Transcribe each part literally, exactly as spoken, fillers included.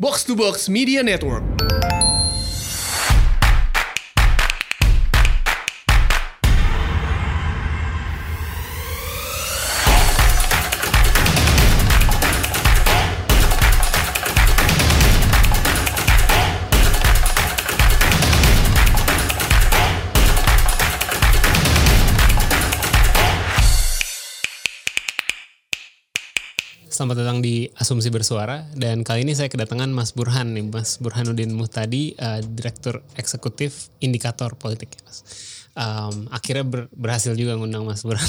Box to Box Media Network. Selamat datang di Asumsi Bersuara, dan kali ini saya kedatangan Mas Burhan nih, Mas Burhanuddin Muhtadi, uh, Direktur Eksekutif Indikator Politik. Mas. Um, akhirnya ber, berhasil juga ngundang Mas Burhan.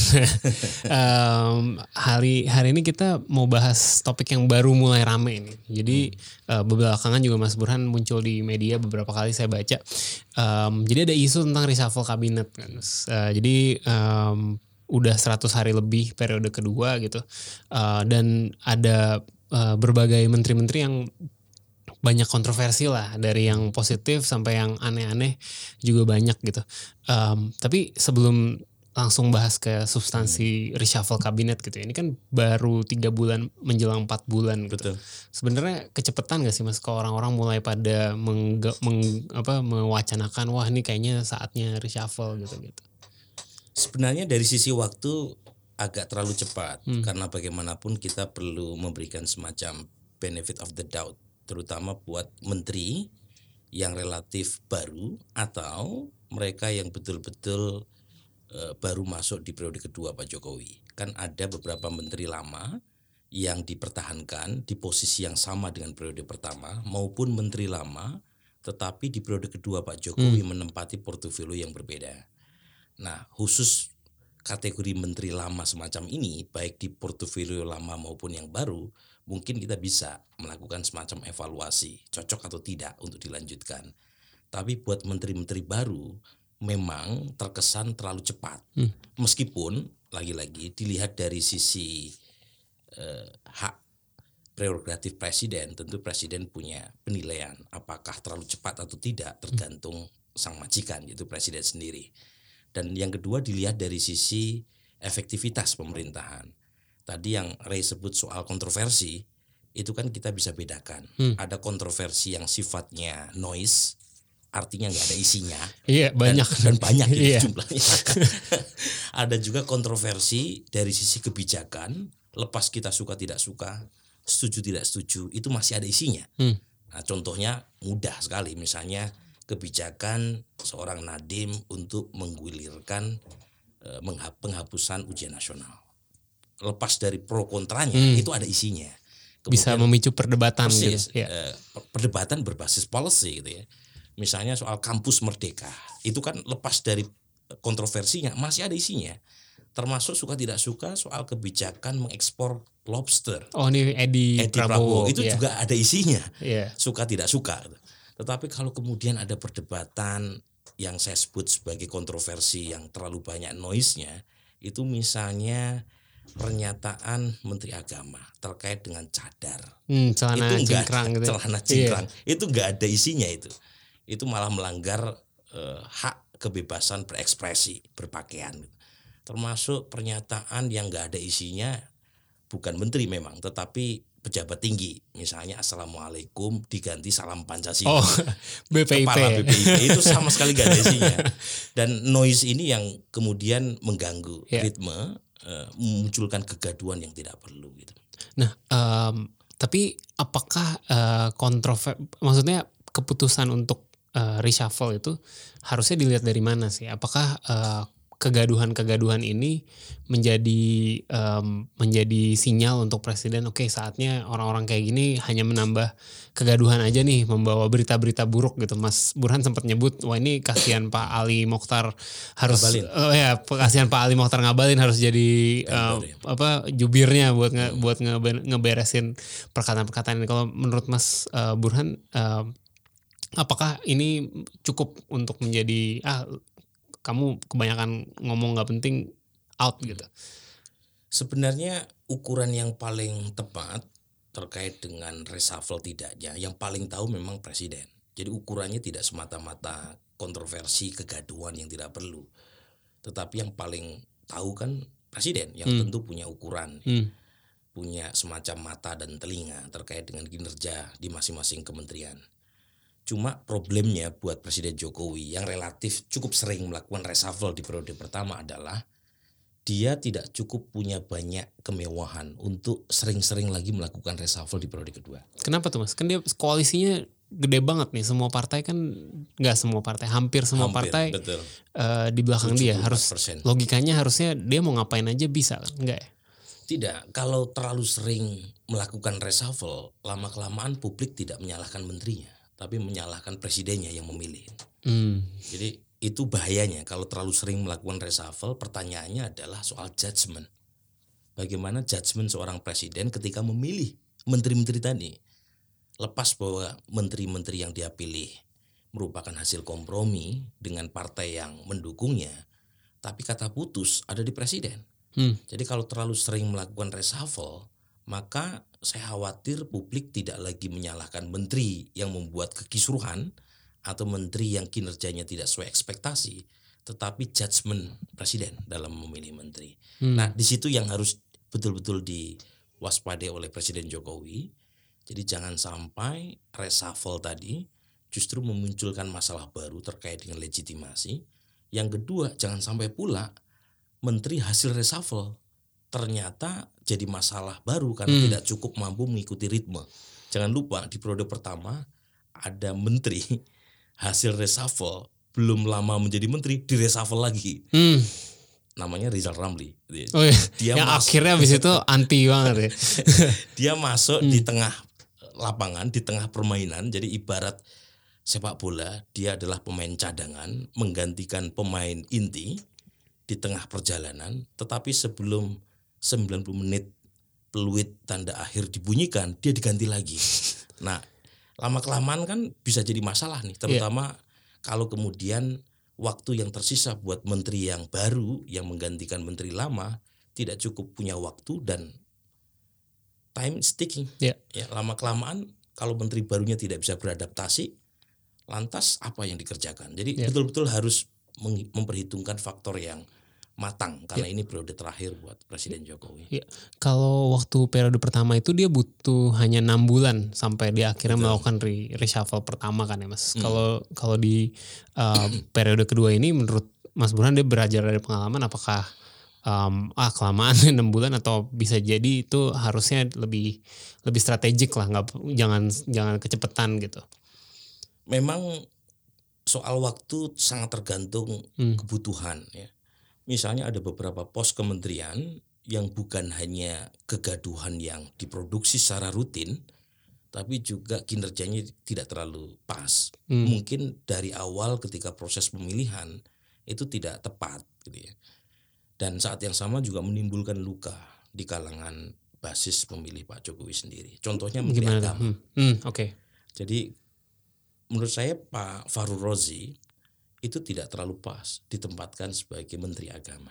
um, hari hari ini kita mau bahas topik yang baru mulai rame nih. Jadi uh, belakangan juga Mas Burhan muncul di media beberapa kali saya baca. Um, jadi ada isu tentang reshuffle kabinet kan. Uh, jadi um, udah seratus hari lebih periode kedua gitu, uh, dan ada uh, berbagai menteri-menteri yang banyak kontroversi lah, dari yang positif sampai yang aneh-aneh juga banyak gitu. Um, tapi sebelum langsung bahas ke substansi reshuffle kabinet gitu, ini kan baru tiga bulan menjelang empat bulan gitu. Sebenarnya kecepatan gak sih Mas, kalau orang-orang mulai pada meng, meng, apa, mewacanakan wah ini kayaknya saatnya reshuffle gitu-gitu? Sebenarnya dari sisi waktu agak terlalu cepat, hmm. karena bagaimanapun kita perlu memberikan semacam benefit of the doubt, terutama buat menteri yang relatif baru atau mereka yang betul-betul uh, baru masuk di periode kedua Pak Jokowi. Kan ada beberapa menteri lama yang dipertahankan di posisi yang sama dengan periode pertama, maupun menteri lama tetapi di periode kedua Pak Jokowi hmm. menempati portofolio yang berbeda. Nah, khusus kategori menteri lama semacam ini, baik di portofolio lama maupun yang baru, mungkin kita bisa melakukan semacam evaluasi, cocok atau tidak untuk dilanjutkan. Tapi buat menteri-menteri baru, memang terkesan terlalu cepat. Hmm. Meskipun, lagi-lagi dilihat dari sisi eh, hak prerogatif presiden, tentu presiden punya penilaian apakah terlalu cepat atau tidak, tergantung sang majikan, yaitu presiden sendiri. Dan yang kedua dilihat dari sisi efektivitas pemerintahan. Tadi yang Ray sebut soal kontroversi, itu kan kita bisa bedakan. Hmm. Ada kontroversi yang sifatnya noise, artinya nggak ada isinya. Iya, banyak. Dan, dan banyak gitu iya. jumlahnya. Ada juga kontroversi dari sisi kebijakan, lepas kita suka tidak suka, setuju tidak setuju, itu masih ada isinya. Hmm. Nah, contohnya mudah sekali, misalnya kebijakan seorang Nadiem untuk menggulirkan e, penghapusan ujian nasional. Lepas dari pro kontranya, hmm. itu ada isinya. Kemudian, bisa memicu perdebatan persis, gitu. Ya. E, perdebatan berbasis policy gitu ya. Misalnya soal kampus merdeka, itu kan lepas dari kontroversinya masih ada isinya. Termasuk suka tidak suka soal kebijakan mengekspor lobster. Oh, ini Edi, Edi Prabowo, Prabowo itu ya. juga ada isinya. Ya. Suka tidak suka. Tetapi kalau kemudian ada perdebatan yang saya sebut sebagai kontroversi yang terlalu banyak noise-nya, itu misalnya pernyataan Menteri Agama terkait dengan cadar. Hmm, celana itu cingkrang ada, gitu. Celana cingkrang. Iya. Itu enggak ada isinya itu. Itu malah melanggar eh, hak kebebasan berekspresi, berpakaian. Termasuk pernyataan yang enggak ada isinya, bukan menteri memang, tetapi pejabat tinggi, misalnya Assalamualaikum diganti salam Pancasila. Oh, B P I P. Kepala B P I P itu sama sekali gak ada isinya. Dan noise ini yang kemudian mengganggu yeah. ritme, uh, memunculkan kegaduhan yang tidak perlu gitu. Nah, um, tapi apakah uh, kontrover, maksudnya keputusan untuk uh, reshuffle itu harusnya dilihat dari mana sih? Apakah uh, kegaduhan-kegaduhan ini menjadi um, menjadi sinyal untuk presiden, oke okay, saatnya orang-orang kayak gini hanya menambah kegaduhan aja nih, membawa berita-berita buruk gitu. Mas Burhan sempat nyebut, wah ini kasihan Pak Ali Mokhtar harus uh, ya kasihan Pak Ali Mokhtar Ngabalin harus jadi uh, apa jubirnya buat nge, buat nge, ngeberesin perkataan-perkataan ini. Kalau menurut Mas uh, Burhan, uh, apakah ini cukup untuk menjadi ah kamu kebanyakan ngomong gak penting, out gitu? Sebenarnya ukuran yang paling tepat terkait dengan reshuffle tidaknya, yang paling tahu memang presiden. Jadi ukurannya tidak semata-mata kontroversi, kegaduhan yang tidak perlu. Tetapi yang paling tahu kan presiden, yang hmm. tentu punya ukuran. Hmm. punya semacam mata dan telinga terkait dengan kinerja di masing-masing kementerian. Cuma problemnya buat Presiden Jokowi yang relatif cukup sering melakukan reshuffle di periode pertama adalah dia tidak cukup punya banyak kemewahan untuk sering-sering lagi melakukan reshuffle di periode kedua. Kenapa tuh Mas? Kan dia koalisinya gede banget nih, semua partai kan, nggak semua partai, hampir semua Hampir, partai uh, di belakang dia. Harus logikanya harusnya dia mau ngapain aja bisa kan, enggak ya? Tidak, kalau terlalu sering melakukan reshuffle, lama-kelamaan publik tidak menyalahkan menterinya, tapi menyalahkan presidennya yang memilih. Hmm. Jadi itu bahayanya kalau terlalu sering melakukan reshuffle. Pertanyaannya adalah soal judgement. Bagaimana judgement seorang presiden ketika memilih menteri-menteri tadi? Lepas bahwa menteri-menteri yang dia pilih merupakan hasil kompromi dengan partai yang mendukungnya, tapi kata putus ada di presiden. Hmm. Jadi kalau terlalu sering melakukan reshuffle, maka saya khawatir publik tidak lagi menyalahkan menteri yang membuat kekisruhan atau menteri yang kinerjanya tidak sesuai ekspektasi, tetapi judgement presiden dalam memilih menteri. Hmm. Nah, di situ yang harus betul-betul diwaspadai oleh Presiden Jokowi. Jadi jangan sampai reshuffle tadi justru memunculkan masalah baru terkait dengan legitimasi. Yang kedua, jangan sampai pula menteri hasil reshuffle ternyata jadi masalah baru karena hmm. tidak cukup mampu mengikuti ritme. Jangan lupa di periode pertama ada menteri hasil reshuffle belum lama menjadi menteri di reshuffle lagi. Hmm. Namanya Rizal Ramli. Oh iya. Dia yang masuk, akhirnya habis itu anti banget ya. Dia masuk hmm. di tengah lapangan, di tengah permainan. Jadi ibarat sepak bola, dia adalah pemain cadangan menggantikan pemain inti di tengah perjalanan. Tetapi sebelum sembilan puluh menit peluit tanda akhir dibunyikan, dia diganti lagi. Nah, lama-kelamaan kan bisa jadi masalah nih, terutama yeah. kalau kemudian waktu yang tersisa buat menteri yang baru yang menggantikan menteri lama tidak cukup punya waktu dan time sticking. Yeah. Ya, lama-kelamaan kalau menteri barunya tidak bisa beradaptasi, lantas apa yang dikerjakan? Jadi yeah. betul-betul harus memperhitungkan faktor yang matang karena ya. Ini periode terakhir buat Presiden Jokowi. Ya. Kalau waktu periode pertama itu dia butuh hanya enam bulan sampai dia akhirnya Betul. melakukan re- reshuffle pertama kan ya Mas. Hmm. Kalau kalau di uh, periode kedua ini menurut Mas Burhan dia belajar dari pengalaman, apakah um, ah kelamaan enam bulan atau bisa jadi itu harusnya lebih lebih strategik lah, nggak jangan jangan kecepatan gitu. Memang soal waktu sangat tergantung hmm. kebutuhan ya. Misalnya ada beberapa pos kementerian yang bukan hanya kegaduhan yang diproduksi secara rutin, tapi juga kinerjanya tidak terlalu pas. Hmm. Mungkin dari awal ketika proses pemilihan itu tidak tepat, gitu ya. Dan saat yang sama juga menimbulkan luka di kalangan basis pemilih Pak Jokowi sendiri. Contohnya Menteri Gimana? Agama. Hmm. Hmm, Oke. Okay. Jadi menurut saya Pak Fahru Rozi itu tidak terlalu pas ditempatkan sebagai Menteri Agama.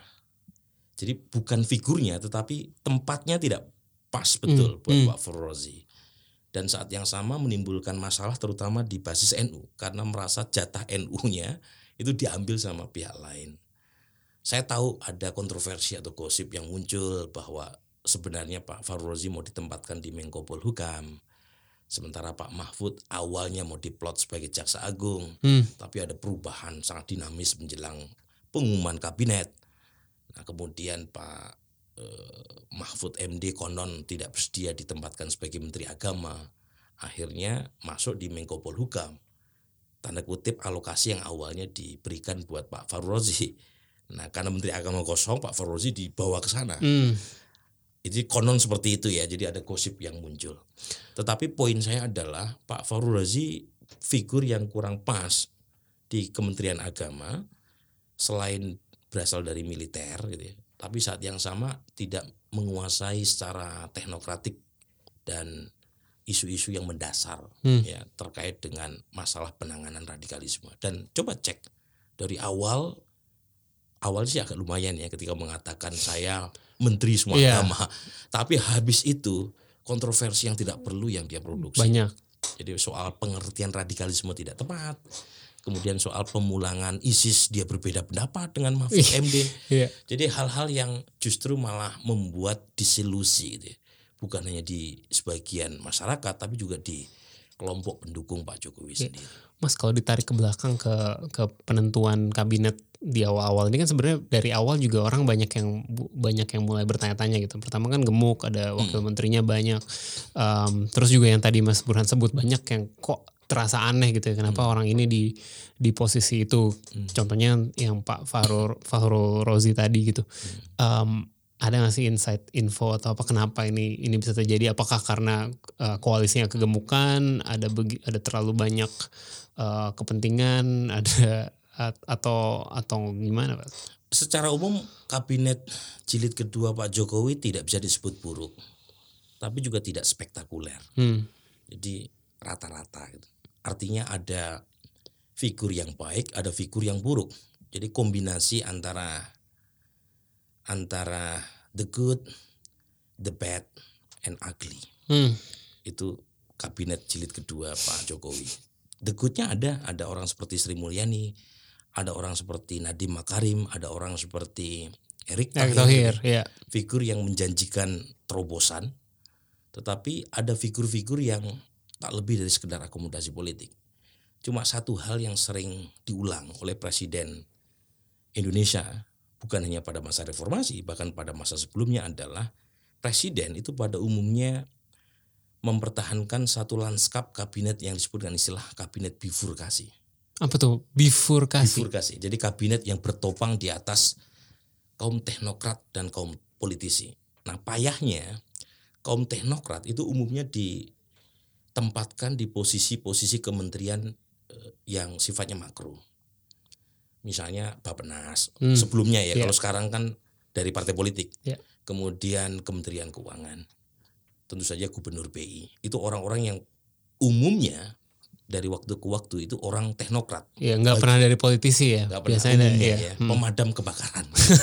Jadi bukan figurnya tetapi tempatnya tidak pas betul hmm, buat hmm. Pak Fahru Rozi. Dan saat yang sama menimbulkan masalah terutama di basis N U karena merasa jatah N U-nya itu diambil sama pihak lain. Saya tahu ada kontroversi atau gosip yang muncul bahwa sebenarnya Pak Fahru Rozi mau ditempatkan di Menko Polhukam. Sementara Pak Mahfud awalnya mau diplot sebagai Jaksa Agung, hmm. tapi ada perubahan sangat dinamis menjelang pengumuman kabinet. Nah kemudian Pak eh, Mahfud M D konon tidak bersedia ditempatkan sebagai Menteri Agama, akhirnya masuk di Menko Polhukam. Tanda kutip alokasi yang awalnya diberikan buat Pak Fahru Rozi. Nah karena Menteri Agama kosong, Pak Fahru Rozi dibawa ke sana. Hmm. Jadi konon seperti itu ya, jadi ada gosip yang muncul. Tetapi poin saya adalah Pak Fahru Rozi figur yang kurang pas di Kementerian Agama selain berasal dari militer gitu ya. Tapi saat yang sama tidak menguasai secara teknokratik dan isu-isu yang mendasar hmm. ya terkait dengan masalah penanganan radikalisme. Dan coba cek dari awal awal sih agak lumayan ya ketika mengatakan saya menteri semua yeah. agama. Tapi habis itu kontroversi yang tidak perlu yang dia produksi. Banyak. Jadi soal pengertian radikalisme tidak tepat. Kemudian soal pemulangan ISIS dia berbeda pendapat dengan Mahfud M D. Yeah. Jadi hal-hal yang justru malah membuat disilusi gitu ya. bukan hanya di sebagian masyarakat tapi juga di kelompok pendukung Pak Jokowi Ya. sendiri. Mas, kalau ditarik ke belakang ke ke penentuan kabinet di awal-awal ini kan sebenarnya dari awal juga orang banyak yang banyak yang mulai bertanya-tanya gitu. Pertama kan gemuk, ada wakil hmm. menterinya banyak. Um, terus juga yang tadi Mas Burhan sebut banyak yang kok terasa aneh gitu ya. Kenapa hmm. orang ini di di posisi itu? Hmm. Contohnya yang Pak Fahrul Fahrul Razi tadi gitu. Um, ada nggak sih insight info atau apa kenapa ini ini bisa terjadi? Apakah karena uh, koalisinya kegemukan, ada begi, ada terlalu banyak uh, kepentingan, ada atau atau gimana, Pak? Secara umum kabinet jilid kedua Pak Jokowi tidak bisa disebut buruk, tapi juga tidak spektakuler. Hmm. Jadi rata-rata gitu. Artinya ada figur yang baik, ada figur yang buruk. Jadi kombinasi antara antara the good, the bad, and ugly. Hmm. Itu kabinet jilid kedua Pak Jokowi. The good-nya ada, ada orang seperti Sri Mulyani, ada orang seperti Nadiem Makarim, ada orang seperti Erick Thohir, ya. Figur yang menjanjikan terobosan, tetapi ada figur-figur yang tak lebih dari sekedar akomodasi politik. Cuma satu hal yang sering diulang oleh Presiden Indonesia, bukan hanya pada masa reformasi, bahkan pada masa sebelumnya adalah presiden itu pada umumnya mempertahankan satu lanskap kabinet yang disebut dengan istilah kabinet bifurkasi. Apa tuh bifurkasi? Bifurkasi. Jadi kabinet yang bertopang di atas kaum teknokrat dan kaum politisi. Nah, payahnya kaum teknokrat itu umumnya ditempatkan di posisi-posisi kementerian yang sifatnya makro. Misalnya Bappenas hmm. sebelumnya ya, yeah. Kalau sekarang kan dari partai politik, yeah. Kemudian Kementerian Keuangan, tentu saja Gubernur B I, itu orang-orang yang umumnya dari waktu ke waktu itu orang teknokrat. Ya, nggak pernah dari politisi ya, biasanya umumnya, ya, hmm. pemadam kebakaran.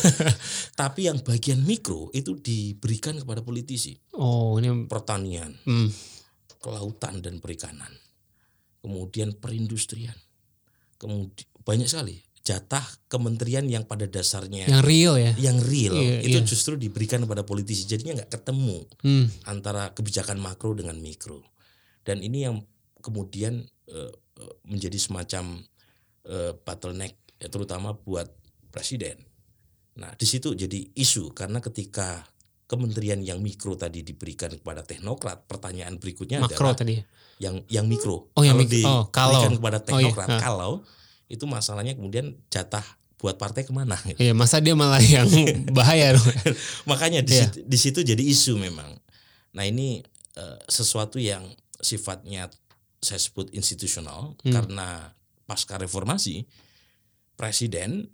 Tapi yang bagian mikro itu diberikan kepada politisi. Oh, ini pertanian, hmm. kelautan dan perikanan, kemudian perindustrian, kemudian banyak sekali. Jatah kementerian yang pada dasarnya yang real ya, yang real iya, itu iya. justru diberikan kepada politisi, jadinya nggak ketemu hmm. antara kebijakan makro dengan mikro, dan ini yang kemudian uh, menjadi semacam uh, bottleneck ya, terutama buat presiden. Nah di situ jadi isu karena ketika kementerian yang mikro tadi diberikan kepada teknokrat, pertanyaan berikutnya makro adalah tadi yang yang mikro oh, kalau yang mik- oh, diberikan kalau. kepada teknokrat oh, iya. kalau itu masalahnya kemudian jatah buat partai kemana? Iya, masa dia malah yang bahaya dong. Makanya di, yeah. situ, di situ jadi isu memang. Nah ini uh, sesuatu yang sifatnya saya sebut institusional hmm. karena pasca reformasi presiden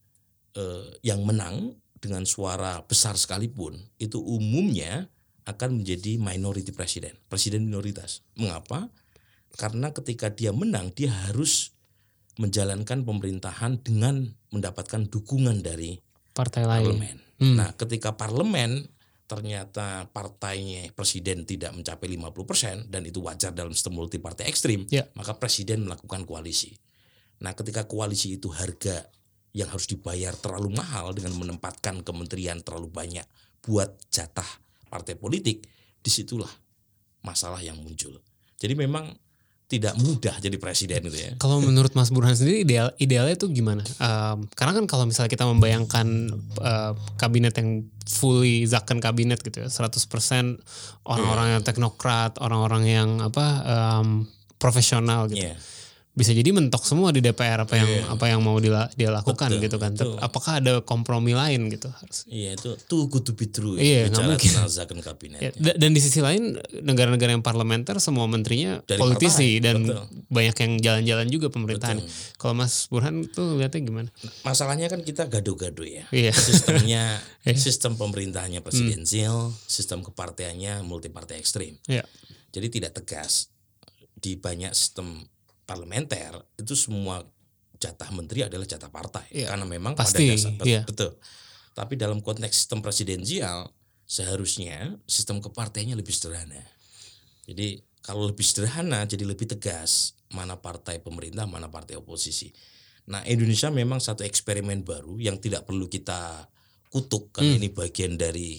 uh, yang menang dengan suara besar sekalipun itu umumnya akan menjadi minority presiden, presiden minoritas. Mengapa? Karena ketika dia menang dia harus menjalankan pemerintahan dengan mendapatkan dukungan dari partai lain. Parlemen. Hmm. Nah, ketika parlemen ternyata partainya presiden tidak mencapai lima puluh persen dan itu wajar dalam sistem multi partai ekstrim, ya. Maka presiden melakukan koalisi. Nah, ketika koalisi itu harga yang harus dibayar terlalu mahal dengan menempatkan kementerian terlalu banyak buat jatah partai politik, disitulah masalah yang muncul. Jadi memang tidak mudah jadi presiden gitu ya. Kalau menurut Mas Burhan sendiri ideal idealnya itu gimana? Um, karena kan kalau misalnya kita membayangkan uh, kabinet yang fully zakon kabinet gitu ya, seratus persen orang-orang yang teknokrat, orang-orang yang apa um, profesional gitu. Yeah. Bisa jadi mentok semua di D P R apa yang yeah. apa yang mau dia, dia lakukan betul, gitu kan. Betul. Apakah ada kompromi lain gitu harus? Iya itu too good to be true. Iya, nggak mungkin. Zakon kabinet. Ya, dan di sisi lain negara-negara yang parlementer semua menterinya dari politisi partai, dan betul. Banyak yang jalan-jalan juga pemerintahan. Betul. Kalau Mas Burhan tuh lihatnya gimana? Masalahnya kan kita gaduh-gaduh ya. Iya. Sistemnya sistem pemerintahnya presidensial, hmm. sistem kepartaiannya multi partai ekstrim. Iya. Jadi tidak tegas. Di banyak sistem parlementer itu semua jatah menteri adalah jatah partai ya, karena memang pasti, pada dasar betul, ya. betul. Tapi dalam konteks sistem presidensial seharusnya sistem kepartainya lebih sederhana. Jadi kalau lebih sederhana jadi lebih tegas mana partai pemerintah mana partai oposisi. Nah Indonesia memang satu eksperimen baru yang tidak perlu kita kutuk karena hmm. ini bagian dari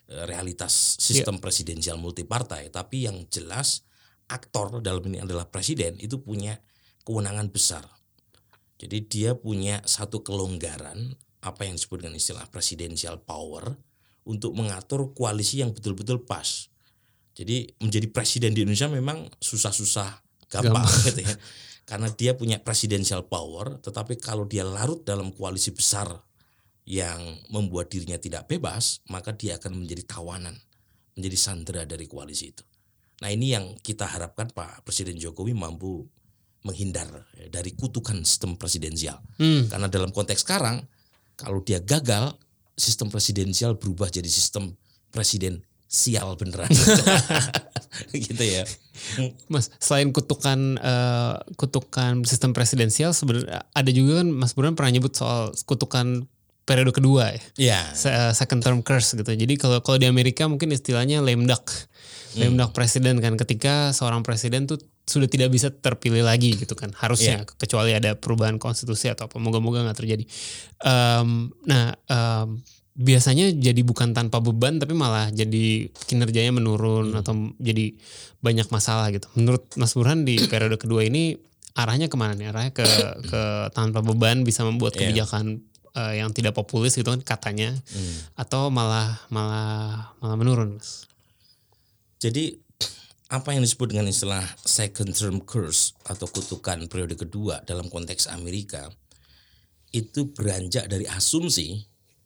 realitas sistem yeah. presidensial multipartai, tapi yang jelas aktor dalam ini adalah presiden itu punya kewenangan besar. Jadi dia punya satu kelonggaran, apa yang disebut dengan istilah presidential power, untuk mengatur koalisi yang betul-betul pas. Jadi menjadi presiden di Indonesia memang susah-susah gampang, gampang. Gitu ya. Karena dia punya presidential power, tetapi kalau dia larut dalam koalisi besar yang membuat dirinya tidak bebas, maka dia akan menjadi tawanan, menjadi sandera dari koalisi itu. Nah ini yang kita harapkan Pak Presiden Jokowi mampu menghindar dari kutukan sistem presidensial. Hmm. Karena dalam konteks sekarang, kalau dia gagal, sistem presidensial berubah jadi sistem presiden sial beneran. Gitu ya. Mas, selain kutukan uh, kutukan sistem presidensial, sebenarnya ada juga kan Mas Burhan pernah nyebut soal kutukan periode kedua ya. Yeah. Second term curse gitu. Jadi kalau kalau di Amerika mungkin istilahnya lame duck. Hmm. Lame duck presiden kan, ketika seorang presiden tuh sudah tidak bisa terpilih lagi gitu kan. Harusnya yeah. kecuali ada perubahan konstitusi atau apa, moga-moga enggak terjadi. Um, nah, um, biasanya jadi bukan tanpa beban tapi malah jadi kinerjanya menurun hmm. atau jadi banyak masalah gitu. Menurut Mas Burhan di periode kedua ini arahnya kemana nih? Arahnya ke ke tanpa beban bisa membuat kebijakan yeah. uh, yang tidak populis gitu kan katanya, hmm. atau malah malah malah menurun, Mas? Jadi apa yang disebut dengan istilah second term curse atau kutukan periode kedua dalam konteks Amerika itu beranjak dari asumsi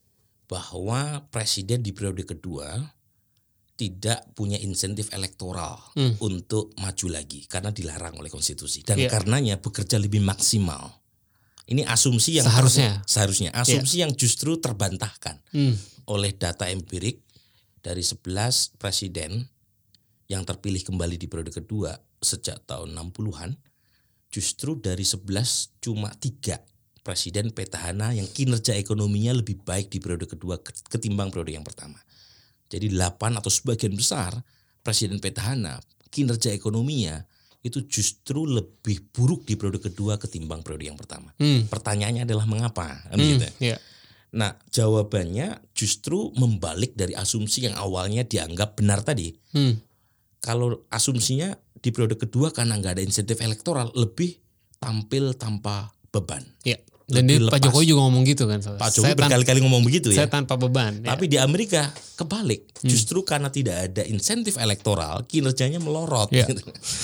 bahwa presiden di periode kedua tidak punya insentif elektoral hmm. untuk maju lagi karena dilarang oleh konstitusi dan yeah. karenanya bekerja lebih maksimal. Ini asumsi yang seharusnya ter, seharusnya asumsi yeah. yang justru terbantahkan hmm. oleh data empirik dari sebelas presiden yang terpilih kembali di periode kedua sejak tahun enam puluhan. Justru dari sebelas cuma tiga presiden petahana yang kinerja ekonominya lebih baik di periode kedua ketimbang periode yang pertama. Jadi delapan atau sebagian besar presiden petahana kinerja ekonominya itu justru lebih buruk di periode kedua ketimbang periode yang pertama. Hmm. Pertanyaannya adalah mengapa? Kan hmm, gitu. Yeah. Nah jawabannya justru membalik dari asumsi yang awalnya dianggap benar tadi. Hmm. Kalau asumsinya di periode kedua karena nggak ada insentif elektoral lebih tampil tanpa beban. Yeah. Dan dia, Pak Jokowi juga ngomong gitu kan. Pak Jokowi berkali-kali ngomong begitu ya. Saya tanpa beban. Tapi ya. Di Amerika kebalik. Hmm. Justru karena tidak ada insentif elektoral, kinerjanya melorot. Ya.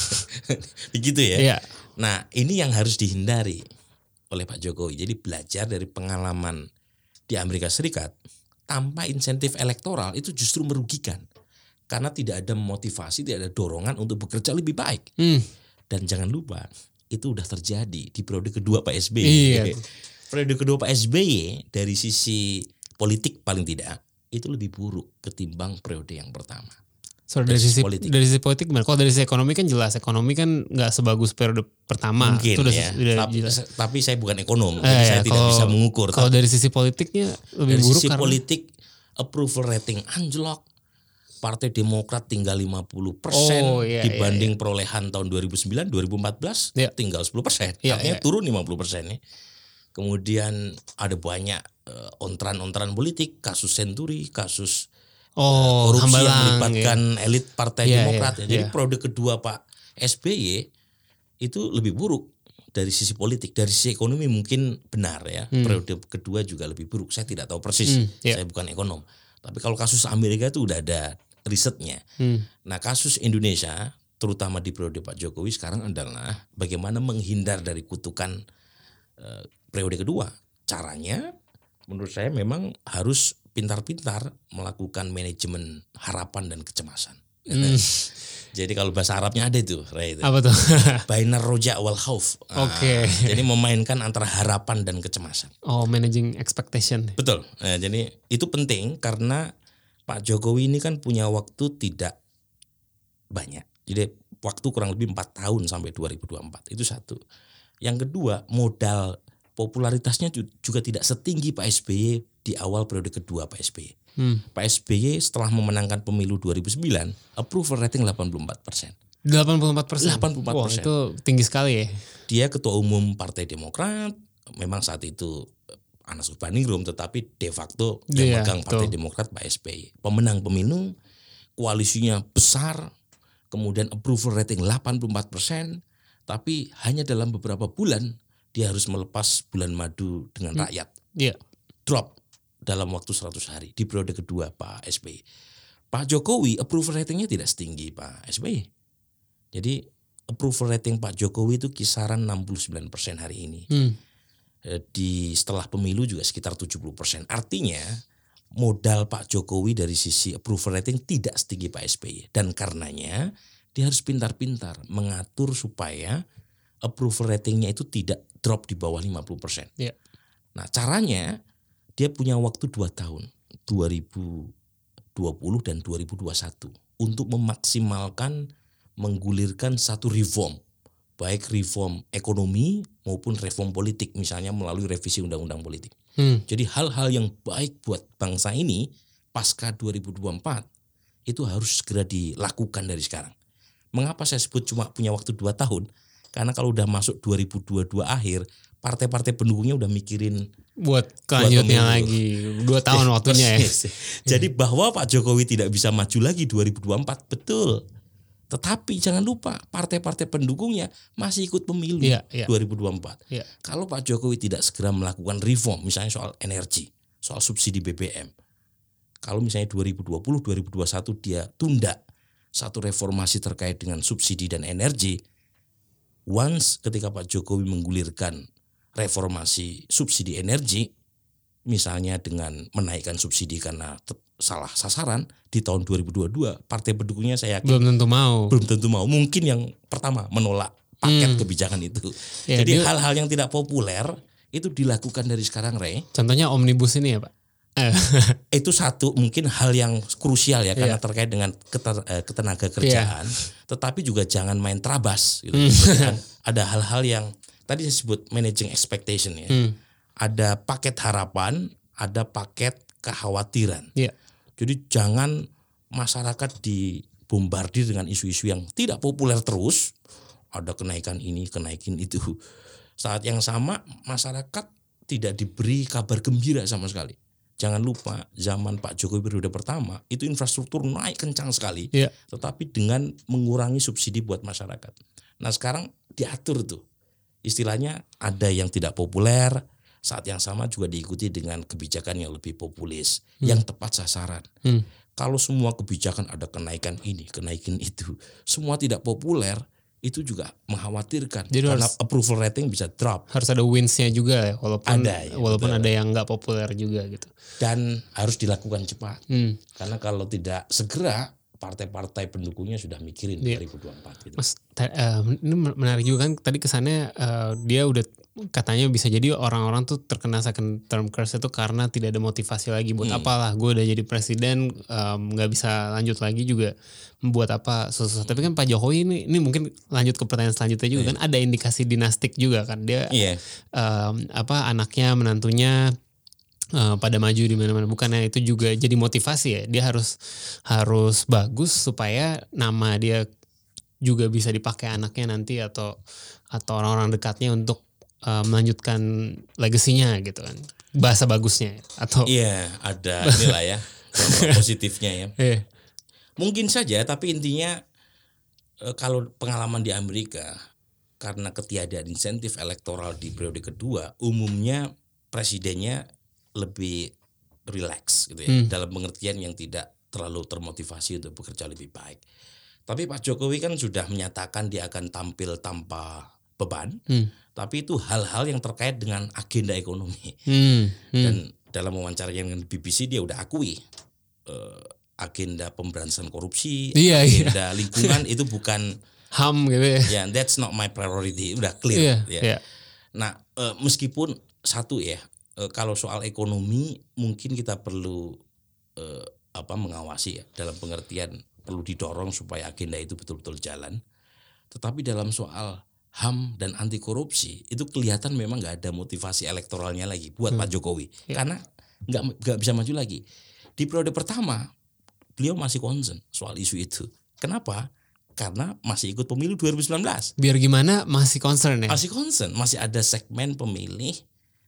Begitu ya. Ya. Nah ini yang harus dihindari oleh Pak Jokowi. Jadi belajar dari pengalaman di Amerika Serikat, tanpa insentif elektoral itu justru merugikan. Karena tidak ada motivasi, tidak ada dorongan untuk bekerja lebih baik. Hmm. Dan jangan lupa, itu udah terjadi di periode kedua Pak S B Y. Iya. Periode kedua Pak S B Y dari sisi politik paling tidak itu lebih buruk ketimbang periode yang pertama. So, dari, dari sisi politik. Dari sisi politik gimana? Kalau dari sisi ekonomi kan jelas, ekonomi kan nggak sebagus periode pertama. Mungkin itu udah, ya. Udah tapi, tapi saya bukan ekonom, eh, jadi ya, saya tidak kalau, bisa mengukur. Kalau dari sisi politiknya lebih dari buruk sisi karena politik approval rating anjlok. Partai Demokrat tinggal lima puluh persen oh, iya, dibanding iya, iya. perolehan tahun dua ribu sembilan dua ribu empat belas iya. tinggal sepuluh persen. Iya, Artinya iya. turun lima puluh persen nih. Kemudian ada banyak uh, ontran-ontran politik, kasus Senturi, kasus oh, uh, korupsi hambalang, yang melibatkan iya. elit Partai iya, Demokrat. iya, Jadi iya. periode kedua Pak S B Y itu lebih buruk dari sisi politik. Dari sisi ekonomi mungkin benar ya. Hmm. Periode kedua juga lebih buruk. Saya tidak tahu persis. Hmm, iya. Saya bukan ekonom. Tapi kalau kasus Amerika itu udah ada risetnya. Hmm. Nah kasus Indonesia terutama di periode Pak Jokowi sekarang adalah bagaimana menghindar dari kutukan uh, periode kedua. Caranya menurut saya memang harus pintar-pintar melakukan manajemen harapan dan kecemasan. Hmm. Jadi kalau bahasa Arabnya ada itu, right? Apa tuh? Bainar roja wal khauf. Oke. Okay. Jadi memainkan antara harapan dan kecemasan. Oh, managing expectation. Betul. Nah, jadi itu penting karena Pak Jokowi ini kan punya waktu tidak banyak. Jadi waktu kurang lebih empat tahun sampai dua ribu dua puluh empat. Itu satu. Yang kedua, modal popularitasnya juga tidak setinggi Pak S B Y di awal periode kedua Pak S B Y. Hmm. Pak S B Y setelah memenangkan pemilu dua ribu sembilan, approval rating delapan puluh empat persen. delapan puluh empat persen? delapan puluh empat persen. Wah, itu tinggi sekali ya. Dia ketua umum Partai Demokrat, memang saat itu Anas Urbaningrum, tetapi de facto Iya, yang megang Partai betul. Demokrat Pak S B Y. Pemenang pemilu, koalisinya besar, kemudian approval rating delapan puluh empat persen, tapi hanya dalam beberapa bulan dia harus melepas bulan madu dengan rakyat. Iya. Drop dalam waktu seratus hari di periode kedua Pak S B Y. Pak Jokowi approval ratingnya tidak setinggi Pak S B Y. Jadi approval rating Pak Jokowi itu kisaran enam puluh sembilan persen hari ini. Hmm. Di setelah pemilu juga sekitar tujuh puluh persen. Artinya modal Pak Jokowi dari sisi approval rating tidak setinggi Pak S B Y. Dan karenanya dia harus pintar-pintar mengatur supaya approval ratingnya itu tidak drop di bawah lima puluh persen. Yeah. Nah caranya dia punya waktu dua tahun, dua ribu dua puluh dan dua ribu dua puluh satu, untuk memaksimalkan menggulirkan satu reform, baik reform ekonomi maupun reform politik, misalnya melalui revisi undang-undang politik. Hmm. Jadi hal-hal yang baik buat bangsa ini pasca dua ribu dua puluh empat itu harus segera dilakukan dari sekarang. Mengapa saya sebut cuma punya waktu dua tahun? Karena kalau udah masuk dua ribu dua puluh dua akhir, partai-partai pendukungnya udah mikirin buat kelanjutnya lagi dua tahun waktunya ya. Jadi bahwa Pak Jokowi tidak bisa maju lagi dua ribu dua puluh empat betul. Tetapi jangan lupa partai-partai pendukungnya masih ikut pemilu yeah, yeah. dua ribu dua puluh empat. Yeah. Kalau Pak Jokowi tidak segera melakukan reform, misalnya soal energi, soal subsidi B B M. Kalau misalnya dua ribu dua puluh, dua ribu dua puluh satu dia tunda satu reformasi terkait dengan subsidi dan energi. Once ketika Pak Jokowi menggulirkan reformasi subsidi energi, misalnya dengan menaikkan subsidi karena salah sasaran di tahun dua ribu dua puluh dua, partai pendukungnya saya yakin belum tentu mau. Belum tentu mau. Mungkin yang pertama menolak paket hmm. kebijakan itu. Ya, Jadi dia, hal-hal yang tidak populer itu dilakukan dari sekarang, Ray. Contohnya omnibus ini ya, Pak. Itu satu mungkin hal yang krusial ya, karena yeah. terkait dengan keter, ketenaga kerjaan. Yeah. Tetapi juga jangan main terabas gitu. Hmm. Ada hal-hal yang tadi saya sebut managing expectation ya. Hmm. Ada paket harapan, ada paket kekhawatiran. Yeah. Jadi jangan masyarakat dibombardir dengan isu-isu yang tidak populer terus. Ada kenaikan ini, kenaikan itu. Saat yang sama masyarakat tidak diberi kabar gembira sama sekali. Jangan lupa zaman Pak Jokowi periode pertama itu infrastruktur naik kencang sekali. Yeah. Tetapi dengan mengurangi subsidi buat masyarakat. Nah sekarang diatur tuh. Istilahnya ada yang tidak populer, saat yang sama juga diikuti dengan kebijakan yang lebih populis, hmm. yang tepat sasaran. Hmm. Kalau semua kebijakan ada kenaikan ini, kenaikan itu, semua tidak populer, itu juga mengkhawatirkan. Jadi karena harus, approval rating bisa drop. Harus ada wins-nya juga ya, walaupun ada, ya, walaupun betul. Ada yang nggak populer juga gitu. Dan harus dilakukan cepat. Hmm. Karena kalau tidak segera, partai-partai pendukungnya sudah mikirin yeah. dua ribu dua puluh empat gitu. Mas, ta- uh, ini menarik juga kan tadi kesannya uh, dia udah katanya bisa jadi orang-orang tuh terkena second term curse itu karena tidak ada motivasi lagi buat hmm. apalah gue udah jadi presiden nggak um, bisa lanjut lagi juga membuat apa sesuatu. Tapi kan Pak Jokowi ini ini mungkin lanjut ke pertanyaan selanjutnya juga yeah. kan ada indikasi dinastik juga kan dia yeah. um, apa anaknya menantunya Uh, pada maju di mana-mana, bukannya itu juga jadi motivasi ya, dia harus harus bagus supaya nama dia juga bisa dipakai anaknya nanti atau atau orang-orang dekatnya untuk uh, melanjutkan legasinya gitu kan, bahasa bagusnya atau iya ada inilah ya positifnya ya yeah. Mungkin saja, tapi intinya uh, kalau pengalaman di Amerika karena ketiadaan insentif elektoral di periode kedua, umumnya presidennya lebih relax gitu ya, hmm. dalam pengertian yang tidak terlalu termotivasi untuk bekerja lebih baik. Tapi Pak Jokowi kan sudah menyatakan dia akan tampil tanpa beban, hmm. tapi itu hal-hal yang terkait dengan agenda ekonomi. Hmm. Hmm. Dan dalam wawancara yang dengan B B C dia udah akui uh, agenda pemberantasan korupsi, iya, agenda iya. lingkungan itu bukan H A M gitu ya. Ya, yeah, that's not my priority, udah clear. Iya, ya. Iya. Nah, uh, meskipun satu ya. Kalau soal ekonomi mungkin kita perlu eh, apa mengawasi ya, dalam pengertian perlu didorong supaya agenda itu betul-betul jalan. Tetapi dalam soal H A M dan anti korupsi itu kelihatan memang nggak ada motivasi elektoralnya lagi buat hmm. Pak Jokowi ya. Karena nggak nggak bisa maju lagi. Di periode pertama beliau masih concern soal isu itu. Kenapa? Karena masih ikut pemilu dua ribu sembilan belas. Biar gimana masih concern ya? Masih concern, masih ada segmen pemilih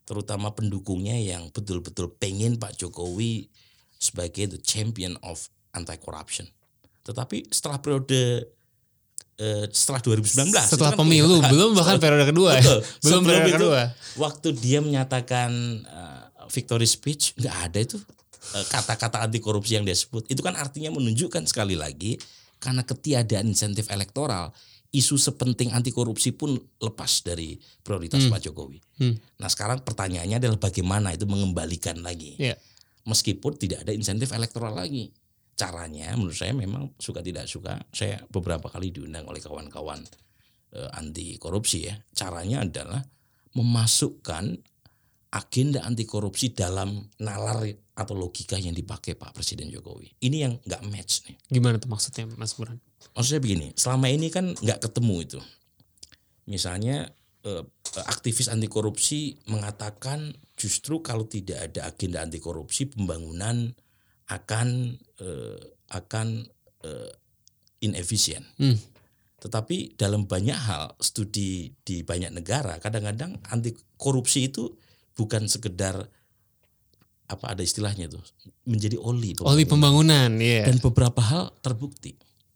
terutama pendukungnya yang betul-betul pengen Pak Jokowi sebagai the champion of anti-corruption. Tetapi setelah periode eh, setelah dua ribu sembilan belas setelah kan pemilu kelihatan, belum bahkan periode kedua ya. betul, belum periode itu, kedua waktu dia menyatakan uh, victory speech nggak ada itu uh, kata-kata anti korupsi yang dia sebut. Itu kan artinya menunjukkan sekali lagi karena ketiadaan insentif elektoral, isu sepenting anti korupsi pun lepas dari prioritas hmm. Pak Jokowi. Hmm. Nah sekarang pertanyaannya adalah bagaimana itu mengembalikan lagi. Yeah. Meskipun tidak ada insentif elektoral lagi. Caranya menurut saya memang suka tidak suka. Saya beberapa kali diundang oleh kawan-kawan eh, anti korupsi ya. Caranya adalah memasukkan agenda anti korupsi dalam nalar atau logika yang dipakai Pak Presiden Jokowi. Ini yang nggak match nih. Gimana tuh maksudnya Mas Burhan? Maksudnya begini, selama ini kan nggak ketemu itu. Misalnya eh, aktivis anti korupsi mengatakan justru kalau tidak ada agenda anti korupsi pembangunan akan eh, akan eh, inefisien. Hmm. Tetapi dalam banyak hal studi di banyak negara kadang-kadang anti korupsi itu bukan sekedar apa ada istilahnya tuh menjadi oli pembangunan. Oli pembangunan, yeah. Dan beberapa hal terbukti.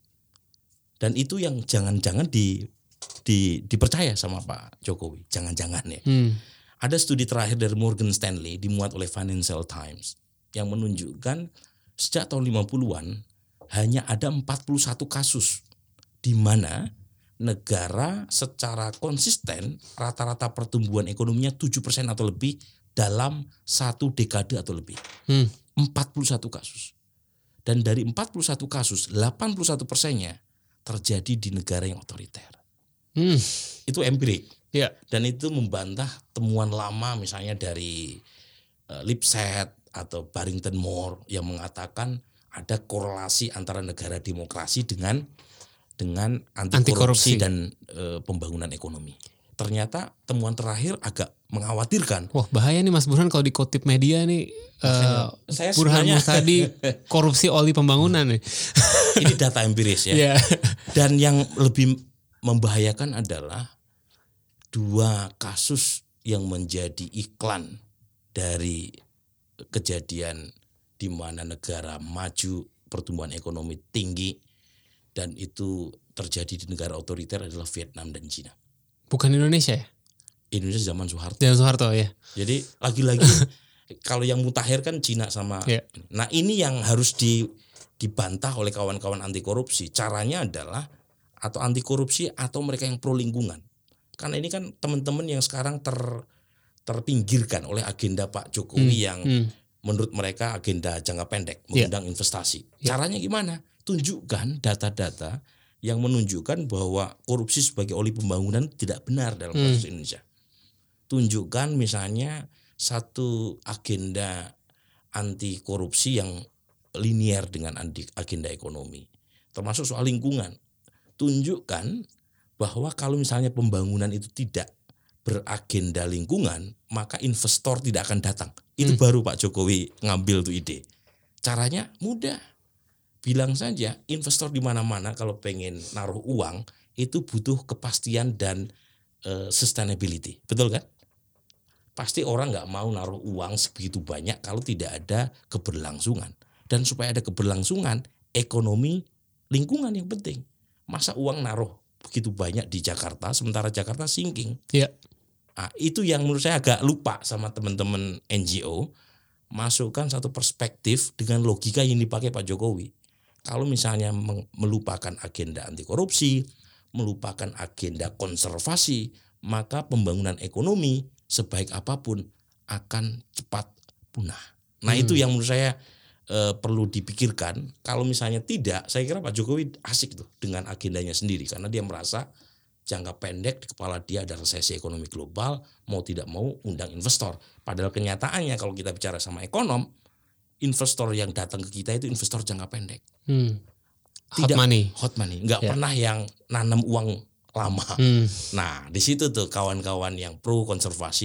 Dan itu yang jangan-jangan di, di dipercaya sama Pak Jokowi, jangan-jangan ya. Hmm. Ada studi terakhir dari Morgan Stanley dimuat oleh Financial Times yang menunjukkan sejak tahun lima puluhan hanya ada empat puluh satu kasus di mana negara secara konsisten rata-rata pertumbuhan ekonominya tujuh persen atau lebih dalam satu dekade atau lebih. Hmm. empat puluh satu kasus. Dan dari empat puluh satu kasus, delapan puluh satu persennya terjadi di negara yang otoriter. Hmm. Itu empirik. Ya. Dan itu membantah temuan lama misalnya dari uh, Lipset atau Barrington Moore yang mengatakan ada korelasi antara negara demokrasi dengan dengan anti korupsi dan e, pembangunan ekonomi. Ternyata temuan terakhir agak mengkhawatirkan. Wah bahaya nih Mas Burhan kalau dikutip media nih. Uh, saya Burhan Muhtadi korupsi oli pembangunan nih. Ini data empiris ya. Yeah. Dan yang lebih membahayakan adalah dua kasus yang menjadi iklan dari kejadian di mana negara maju pertumbuhan ekonomi tinggi dan itu terjadi di negara otoriter adalah Vietnam dan Cina. Bukan Indonesia ya? Indonesia zaman Soeharto. Zaman Soeharto ya. Jadi lagi-lagi kalau yang mutakhir kan Cina sama. Yeah. Nah ini yang harus di, dibantah oleh kawan-kawan anti korupsi. Caranya adalah atau anti korupsi atau mereka yang pro lingkungan. Karena ini kan teman-teman yang sekarang ter, terpinggirkan oleh agenda Pak Jokowi hmm. yang hmm. menurut mereka agenda jangka pendek, mengundang yeah. investasi. Yeah. Caranya gimana? Tunjukkan data-data yang menunjukkan bahwa korupsi sebagai oli pembangunan tidak benar dalam kasus hmm. Indonesia. Tunjukkan misalnya satu agenda anti korupsi yang linier dengan agenda ekonomi, termasuk soal lingkungan. Tunjukkan bahwa kalau misalnya pembangunan itu tidak beragenda lingkungan, maka investor tidak akan datang. Itu hmm. baru Pak Jokowi ngambil tuh ide. Caranya mudah. Bilang saja investor di mana-mana kalau pengen naruh uang itu butuh kepastian dan uh, sustainability, betul kan? Pasti orang nggak mau naruh uang sebegitu banyak kalau tidak ada keberlangsungan. Dan supaya ada keberlangsungan, ekonomi lingkungan yang penting. Masa uang naruh begitu banyak di Jakarta sementara Jakarta sinking? Ya. Nah, itu yang menurut saya agak lupa sama teman-teman N G O. Masukkan satu perspektif dengan logika yang dipakai Pak Jokowi. Kalau misalnya melupakan agenda anti korupsi, melupakan agenda konservasi, maka pembangunan ekonomi sebaik apapun akan cepat punah. Nah hmm. itu yang menurut saya e, perlu dipikirkan. Kalau misalnya tidak, saya kira Pak Jokowi asik tuh dengan agendanya sendiri. Karena dia merasa jangka pendek di kepala dia ada resesi ekonomi global, mau tidak mau undang investor. Padahal kenyataannya kalau kita bicara sama ekonom, investor yang datang ke kita itu investor jangka pendek. Hmm. Hot Tidak, money. Hot money. Nggak yeah. pernah yang nanam uang lama. Hmm. Nah di situ tuh kawan-kawan yang pro konservasi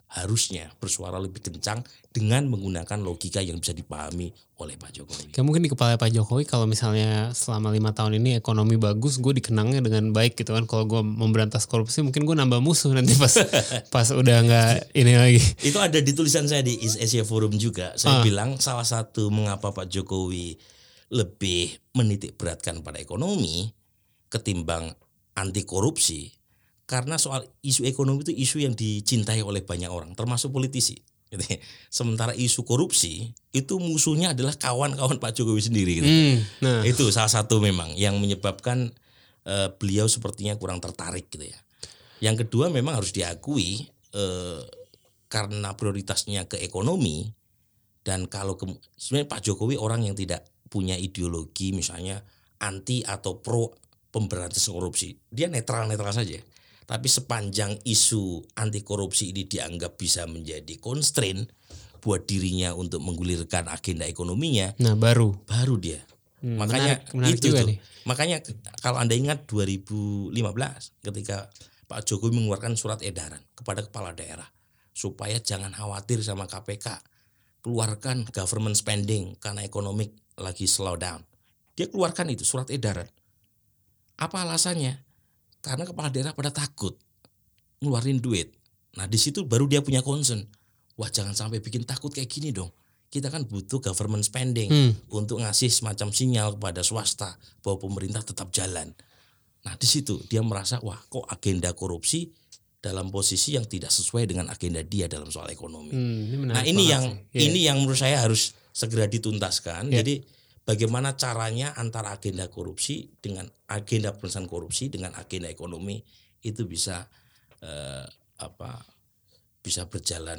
harusnya bersuara lebih kencang dengan menggunakan logika yang bisa dipahami oleh Pak Jokowi. Kayak mungkin di kepala Pak Jokowi kalau misalnya selama lima tahun ini ekonomi bagus, gue dikenangnya dengan baik gitu kan. Kalau gue memberantas korupsi, mungkin gue nambah musuh nanti pas pas udah nggak ini lagi. Itu ada di tulisan saya di East Asia Forum juga. Saya Ah. bilang salah satu mengapa Pak Jokowi lebih menitik beratkan pada ekonomi ketimbang anti korupsi. Karena soal isu ekonomi itu isu yang dicintai oleh banyak orang, termasuk politisi. Sementara isu korupsi itu musuhnya adalah kawan-kawan Pak Jokowi sendiri. Gitu. Hmm, nah. Itu salah satu memang yang menyebabkan uh, beliau sepertinya kurang tertarik gitu ya. Yang kedua memang harus diakui uh, karena prioritasnya ke ekonomi, dan kalau ke, sebenarnya Pak Jokowi orang yang tidak punya ideologi misalnya anti atau pro pemberantasan korupsi, dia netral-netral saja. Tapi sepanjang isu anti korupsi ini dianggap bisa menjadi constraint buat dirinya untuk menggulirkan agenda ekonominya, Nah baru, baru dia. Hmm, Makanya menarik, menarik itu juga tuh. nih. Makanya kalau Anda ingat dua ribu lima belas ketika Pak Jokowi mengeluarkan surat edaran kepada kepala daerah supaya jangan khawatir sama K P K, keluarkan government spending karena ekonomi lagi slow down. Dia keluarkan itu surat edaran. Apa alasannya? Karena kepala daerah pada takut ngeluarin duit. Nah di situ baru dia punya concern. Wah jangan sampai bikin takut kayak gini dong. Kita kan butuh government spending Hmm. untuk ngasih semacam sinyal kepada swasta bahwa pemerintah tetap jalan. Nah di situ dia merasa wah kok agenda korupsi dalam posisi yang tidak sesuai dengan agenda dia dalam soal ekonomi. Hmm, ini menarik Nah ini banget yang sih. Iya. ini yang menurut saya harus segera dituntaskan. Yeah. Jadi bagaimana caranya antara agenda korupsi dengan agenda pemberantasan korupsi dengan agenda ekonomi itu bisa eh, apa bisa berjalan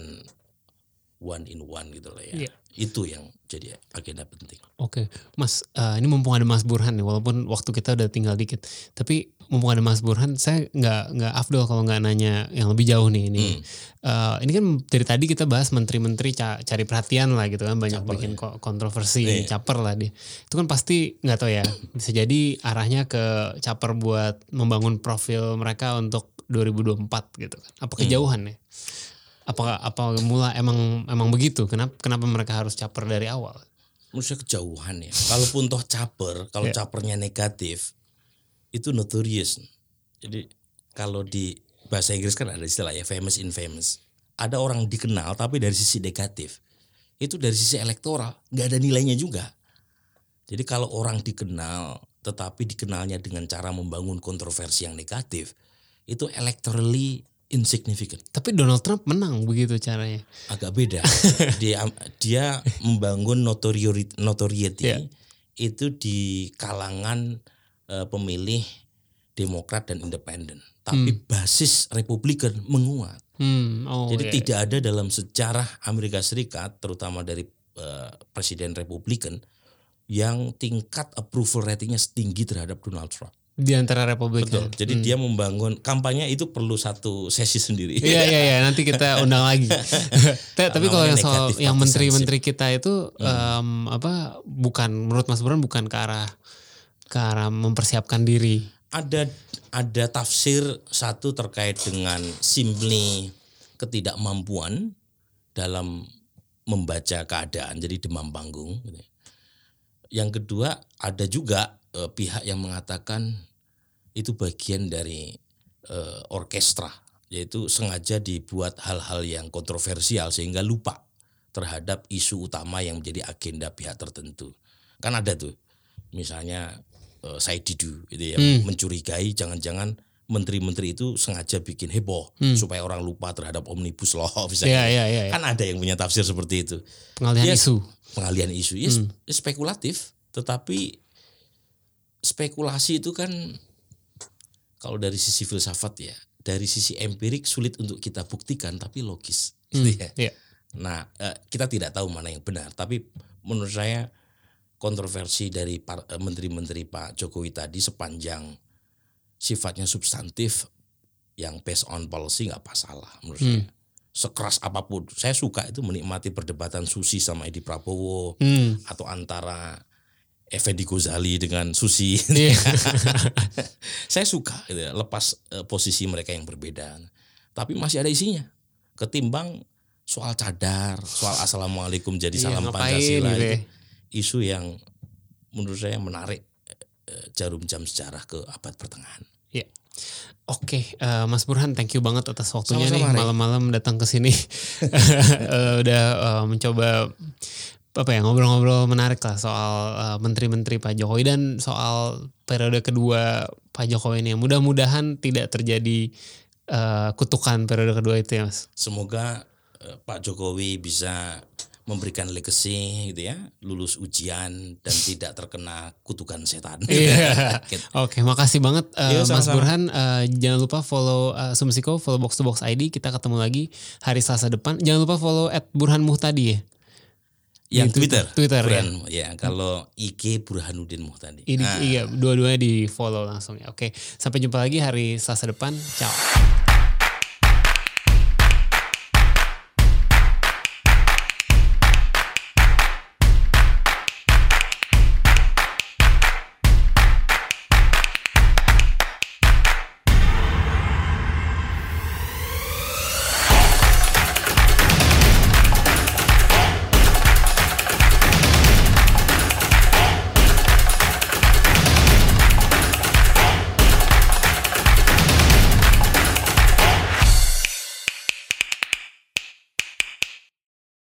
one in one gitu lah ya. Yeah. Itu yang jadi agenda penting. Oke, Mas, uh, ini mumpung ada Mas Burhan nih, walaupun waktu kita udah tinggal dikit, tapi mumpung ada Mas Burhan, saya nggak nggak afdol kalau nggak nanya yang lebih jauh nih. Ini, Hmm. uh, ini kan dari tadi kita bahas menteri-menteri ca- cari perhatian lah gitu kan, banyak Caper, bikin ya. ko- kontroversi, Iya. caper lah dia. Itu kan pasti nggak tahu ya, bisa jadi arahnya ke caper buat membangun profil mereka untuk dua ribu dua puluh empat gitu kan. Apa kejauhan ya? Apakah apa mula emang emang begitu? Kenapa kenapa mereka harus caper dari awal? Menurut saya kejauhan ya. Kalaupun toh caper, kalau Ya. capernya negatif itu notorious. Jadi kalau di bahasa Inggris kan ada istilah ya famous infamous. Ada orang dikenal tapi dari sisi negatif. Itu dari sisi elektoral nggak ada nilainya juga. Jadi kalau orang dikenal tetapi dikenalnya dengan cara membangun kontroversi yang negatif, itu electorally insignificant. Tapi Donald Trump menang begitu caranya. Agak beda. dia dia membangun notoriety, notoriety Yeah. itu di kalangan uh, pemilih Demokrat dan Independen. Tapi basis Republikan menguat. Hmm, oh, Jadi iya, tidak ada dalam sejarah Amerika Serikat, terutama dari uh, Presiden Republikan, yang tingkat approval ratingnya setinggi terhadap Donald Trump. di antara Republikan. Betul. Jadi dia membangun kampanye itu perlu satu sesi sendiri. Iya iya iya nanti kita undang lagi. Ta- Tapi kalau yang Namanya soal negative yang partisanship. menteri-menteri kita itu em, apa bukan menurut Mas Burhan bukan ke arah ke arah mempersiapkan diri. Ada ada tafsir satu terkait dengan simply ketidakmampuan dalam membaca keadaan, jadi demam panggung. Yang kedua ada juga eh, pihak yang mengatakan itu bagian dari eh, orkestra, yaitu sengaja dibuat hal-hal yang kontroversial sehingga lupa terhadap isu utama yang menjadi agenda pihak tertentu. Kan ada tuh, misalnya eh, Said Didu gitu ya, Hmm. mencurigai jangan-jangan menteri-menteri itu sengaja bikin heboh Hmm. supaya orang lupa terhadap omnibus law Iya misalnya. iya iya. Kan ada yang punya tafsir seperti itu. Pengalihan Ya, isu. Pengalihan isu, ya Hmm. spekulatif, tetapi spekulasi itu kan kalau dari sisi filsafat ya, dari sisi empirik sulit untuk kita buktikan, tapi logis. Hmm, Gitu ya. iya. Nah, eh, kita tidak tahu mana yang benar, tapi menurut saya kontroversi dari par- eh, menteri-menteri Pak Jokowi tadi sepanjang sifatnya substantif yang based on policy nggak masalah menurut saya. Sekeras apapun, saya suka itu menikmati perdebatan Susi sama Edi Prabowo Hmm. atau antara Effendi Ghazali dengan Susi. Iya. Saya suka gitu ya, lepas eh, posisi mereka yang berbeda. Tapi masih ada isinya. ketimbang soal cadar, soal assalamualaikum jadi Iya, salam ngapain Pancasila gitu itu ya. isu yang menurut saya menarik eh, jarum jam sejarah ke abad pertengahan. Ya. Oke, eh, Mas Burhan, thank you banget atas waktunya Sama-sama, nih Ray. malam-malam datang ke sini. Eh, udah eh, mencoba apa ya ngobrol-ngobrol menarik lah soal eh, menteri-menteri Pak Jokowi dan soal periode kedua Pak Jokowi ini. Mudah-mudahan tidak terjadi eh, kutukan periode kedua itu ya, Mas. Semoga eh, Pak Jokowi bisa memberikan legacy gitu ya, lulus ujian dan tidak terkena kutukan setan. Iya. Oke, makasih banget uh, Iya, Mas sama-sama. Burhan. Uh, jangan lupa follow uh, Sumsiko, follow Box to Box I D. Kita ketemu lagi hari Selasa depan. Jangan lupa follow at Burhan Muhtadi ya. Yang Di Twitter, Twitter ya. Burhan, ya. Kalau I G Burhanuddin Muhtadi. Ini Nah. iya, dua-duanya di follow langsung ya. Oke, sampai jumpa lagi hari Selasa depan. Ciao.